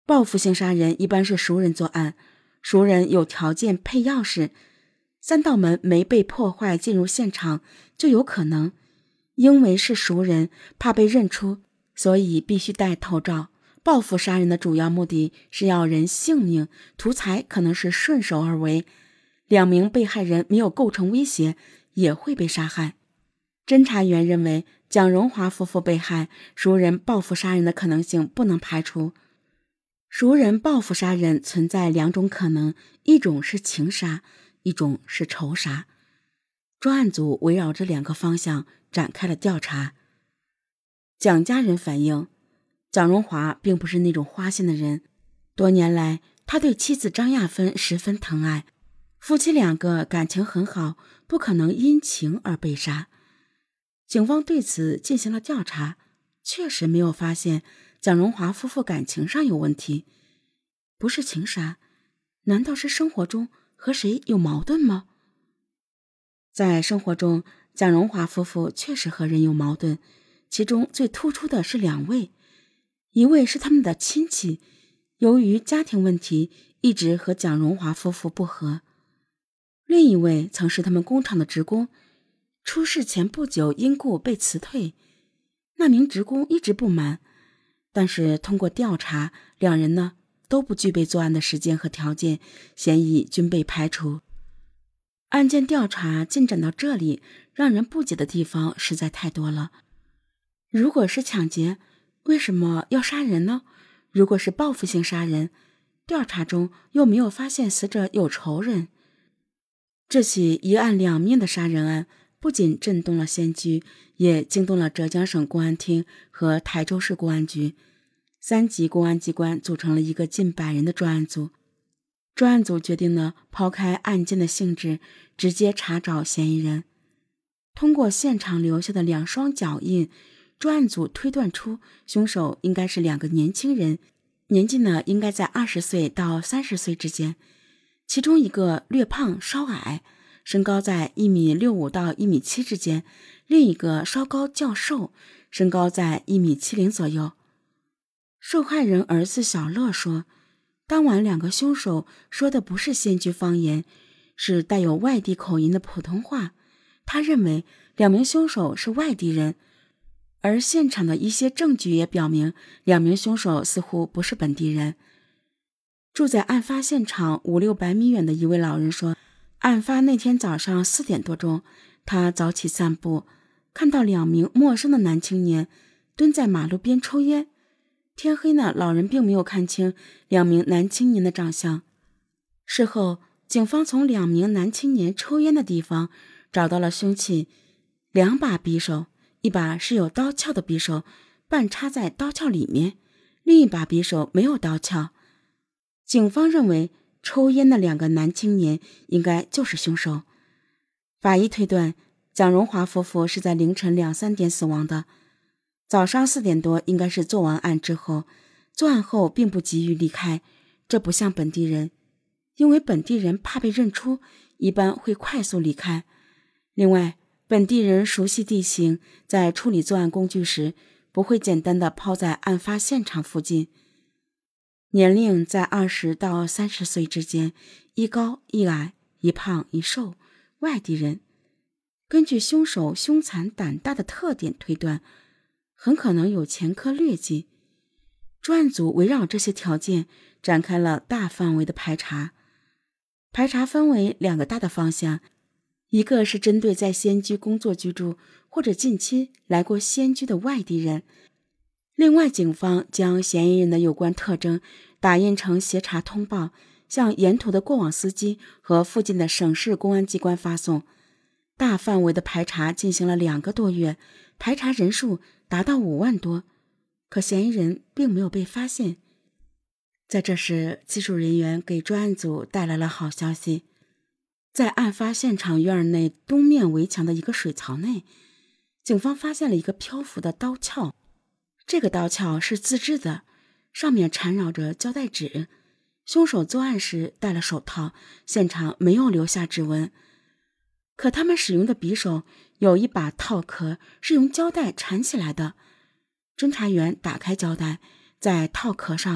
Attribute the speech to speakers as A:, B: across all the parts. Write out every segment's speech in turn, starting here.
A: 报复性杀人一般是熟人作案，熟人有条件配钥匙，3道门没被破坏进入现场，就有可能。因为是熟人，怕被认出，所以必须戴头罩。报复杀人的主要目的是要人性命，图财可能是顺手而为。2名被害人没有构成威胁，也会被杀害。侦查员认为蒋荣华夫妇被害，熟人报复杀人的可能性不能排除。熟人报复杀人存在2种可能，一种是情杀，一种是仇杀。专案组围绕这2个方向展开了调查。蒋家人反映，蒋荣华并不是那种花心的人，多年来他对妻子张亚芬十分疼爱，夫妻2个感情很好，不可能因情而被杀。警方对此进行了调查，确实没有发现蒋荣华夫妇感情上有问题。不是情杀，难道是生活中和谁有矛盾吗？在生活中，蒋荣华夫妇确实和人有矛盾，其中最突出的是2位，一位是他们的亲戚，由于家庭问题一直和蒋荣华夫妇不和；另一位曾是他们工厂的职工，出事前不久因故被辞退，那名职工一直不满，但是通过调查，2人呢都不具备作案的时间和条件，嫌疑均被排除。案件调查进展到这里，让人不解的地方实在太多了。如果是抢劫，为什么要杀人呢？如果是报复性杀人，调查中又没有发现死者有仇人。这起一案2命的杀人案不仅震动了仙居，也惊动了浙江省公安厅和台州市公安局，3级公安机关组成了一个近100人的专案组。专案组决定呢，抛开案件的性质，直接查找嫌疑人。通过现场留下的2双脚印，专案组推断出凶手应该是2个年轻人，年纪呢应该在20岁到30岁之间。其中一个略胖稍矮，身高在1.65米到1.7米之间，另一个稍高较瘦，身高在1.70米左右。受害人儿子小乐说，当晚2个凶手说的不是仙居方言，是带有外地口音的普通话。他认为2名凶手是外地人，而现场的一些证据也表明2名凶手似乎不是本地人。住在案发现场500-600米远的一位老人说，案发那天早上4点多钟，他早起散步，看到2名陌生的男青年蹲在马路边抽烟。天黑呢，老人并没有看清2名男青年的长相。事后，警方从2名男青年抽烟的地方找到了凶器，2把匕首，一把是有刀鞘的匕首，半插在刀鞘里面，另一把匕首没有刀鞘。警方认为抽烟的2个男青年应该就是凶手。法医推断，蒋荣华夫妇是在凌晨2-3点死亡的。早上4点多应该是做完案之后，作案后并不急于离开，这不像本地人，因为本地人怕被认出，一般会快速离开。另外，本地人熟悉地形，在处理作案工具时，不会简单的抛在案发现场附近。年龄在20到30岁之间，一高一矮，一胖一瘦，外地人。根据凶手凶残胆大的特点推断，很可能有前科劣迹。专案组围绕这些条件展开了大范围的排查。排查分为2个大的方向，一个是针对在仙居工作居住或者近期来过仙居的外地人。另外，警方将嫌疑人的有关特征打印成协查通报，向沿途的过往司机和附近的省市公安机关发送。大范围的排查进行了2个多月，排查人数达到5万多，可嫌疑人并没有被发现。在这时，技术人员给专案组带来了好消息。在案发现场院内东面围墙的一个水槽内，警方发现了一个漂浮的刀鞘。这个刀鞘是自制的，上面缠绕着胶带纸。凶手作案时戴了手套，现场没有留下指纹。可他们使用的匕首有一把套壳是用胶带缠起来的。侦查员打开胶带，在套壳上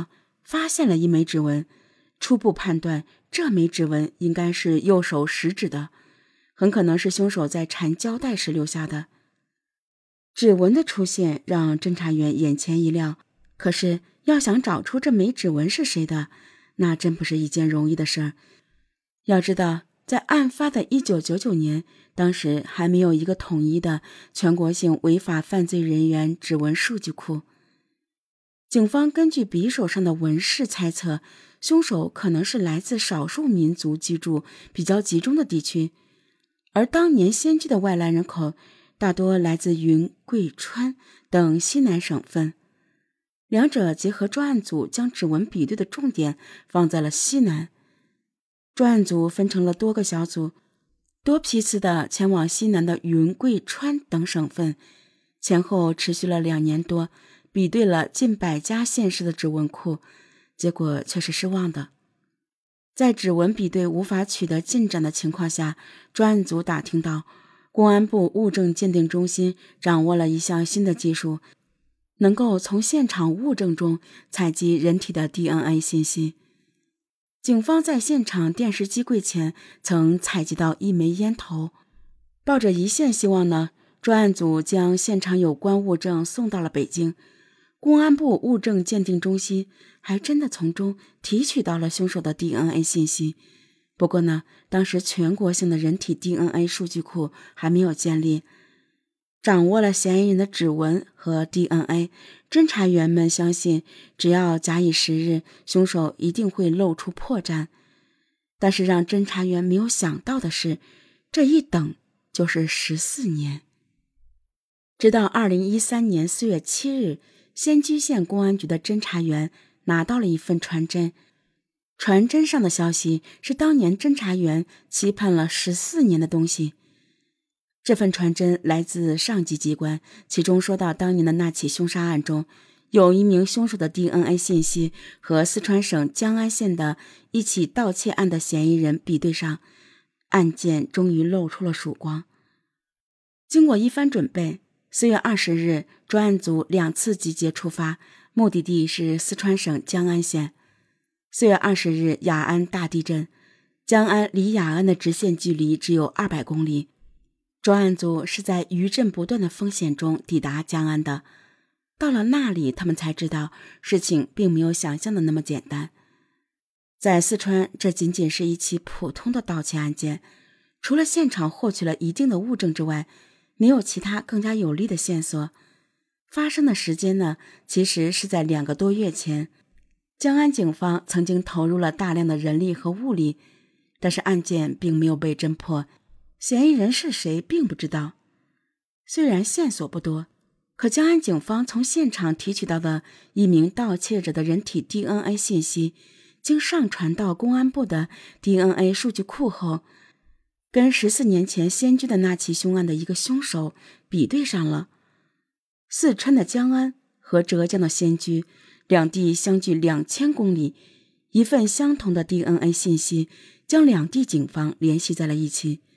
A: 发现了一枚指纹，初步判断这枚指纹应该是右手食指的，很可能是凶手在缠胶带时留下的。指纹的出现让侦查员眼前一亮，可是要想找出这枚指纹是谁的，那真不是一件容易的事儿。要知道，在案发的1999年，当时还没有一个统一的全国性违法犯罪人员指纹数据库。警方根据匕首上的纹饰猜测，凶手可能是来自少数民族居住比较集中的地区，而当年先居的外来人口大多来自云贵川等西南省份。两者结合，专案组将指纹比对的重点放在了西南。专案组分成了多个小组，多批次的前往西南的云贵川等省份，前后持续了2年多，比对了近100家县市的指纹库，结果却是失望的。在指纹比对无法取得进展的情况下，专案组打听到公安部物证鉴定中心掌握了一项新的技术，能够从现场物证中采集人体的 DNA 信息。警方在现场电视机柜前曾采集到一枚烟头，抱着一线希望呢，专案组将现场有关物证送到了北京。公安部物证鉴定中心还真的从中提取到了凶手的 DNA 信息。不过呢，当时全国性的人体 DNA 数据库还没有建立。掌握了嫌疑人的指纹和 DNA， 侦查员们相信只要假以时日，凶手一定会露出破绽。但是让侦查员没有想到的是，这一等就是14年。直到2013年4月7日，仙居县公安局的侦查员拿到了一份传真，传真上的消息是当年侦查员期盼了14年的东西。这份传真来自上级机关，其中说到当年的那起凶杀案中，有一名凶手的 DNA 信息和四川省江安县的一起盗窃案的嫌疑人比对上，案件终于露出了曙光。经过一番准备，4月20日，专案组2次集结出发，目的地是四川省江安县。4月20日，雅安大地震，江安离雅安的直线距离只有200公里。专案组是在余震不断的风险中抵达江安的。到了那里，他们才知道事情并没有想象的那么简单。在四川，这仅仅是一起普通的盗窃案件，除了现场获取了一定的物证之外，没有其他更加有力的线索。发生的时间呢，其实是在2个多月前。江安警方曾经投入了大量的人力和物力，但是案件并没有被侦破，嫌疑人是谁并不知道。虽然线索不多，可江安警方从现场提取到的一名盗窃者的人体 DNA 信息，经上传到公安部的 DNA 数据库后，跟14年前仙居的那起凶案的一个凶手比对上了。四川的江安和浙江的仙居，两地相距2000公里，一份相同的 DNA 信息将两地警方联系在了一起。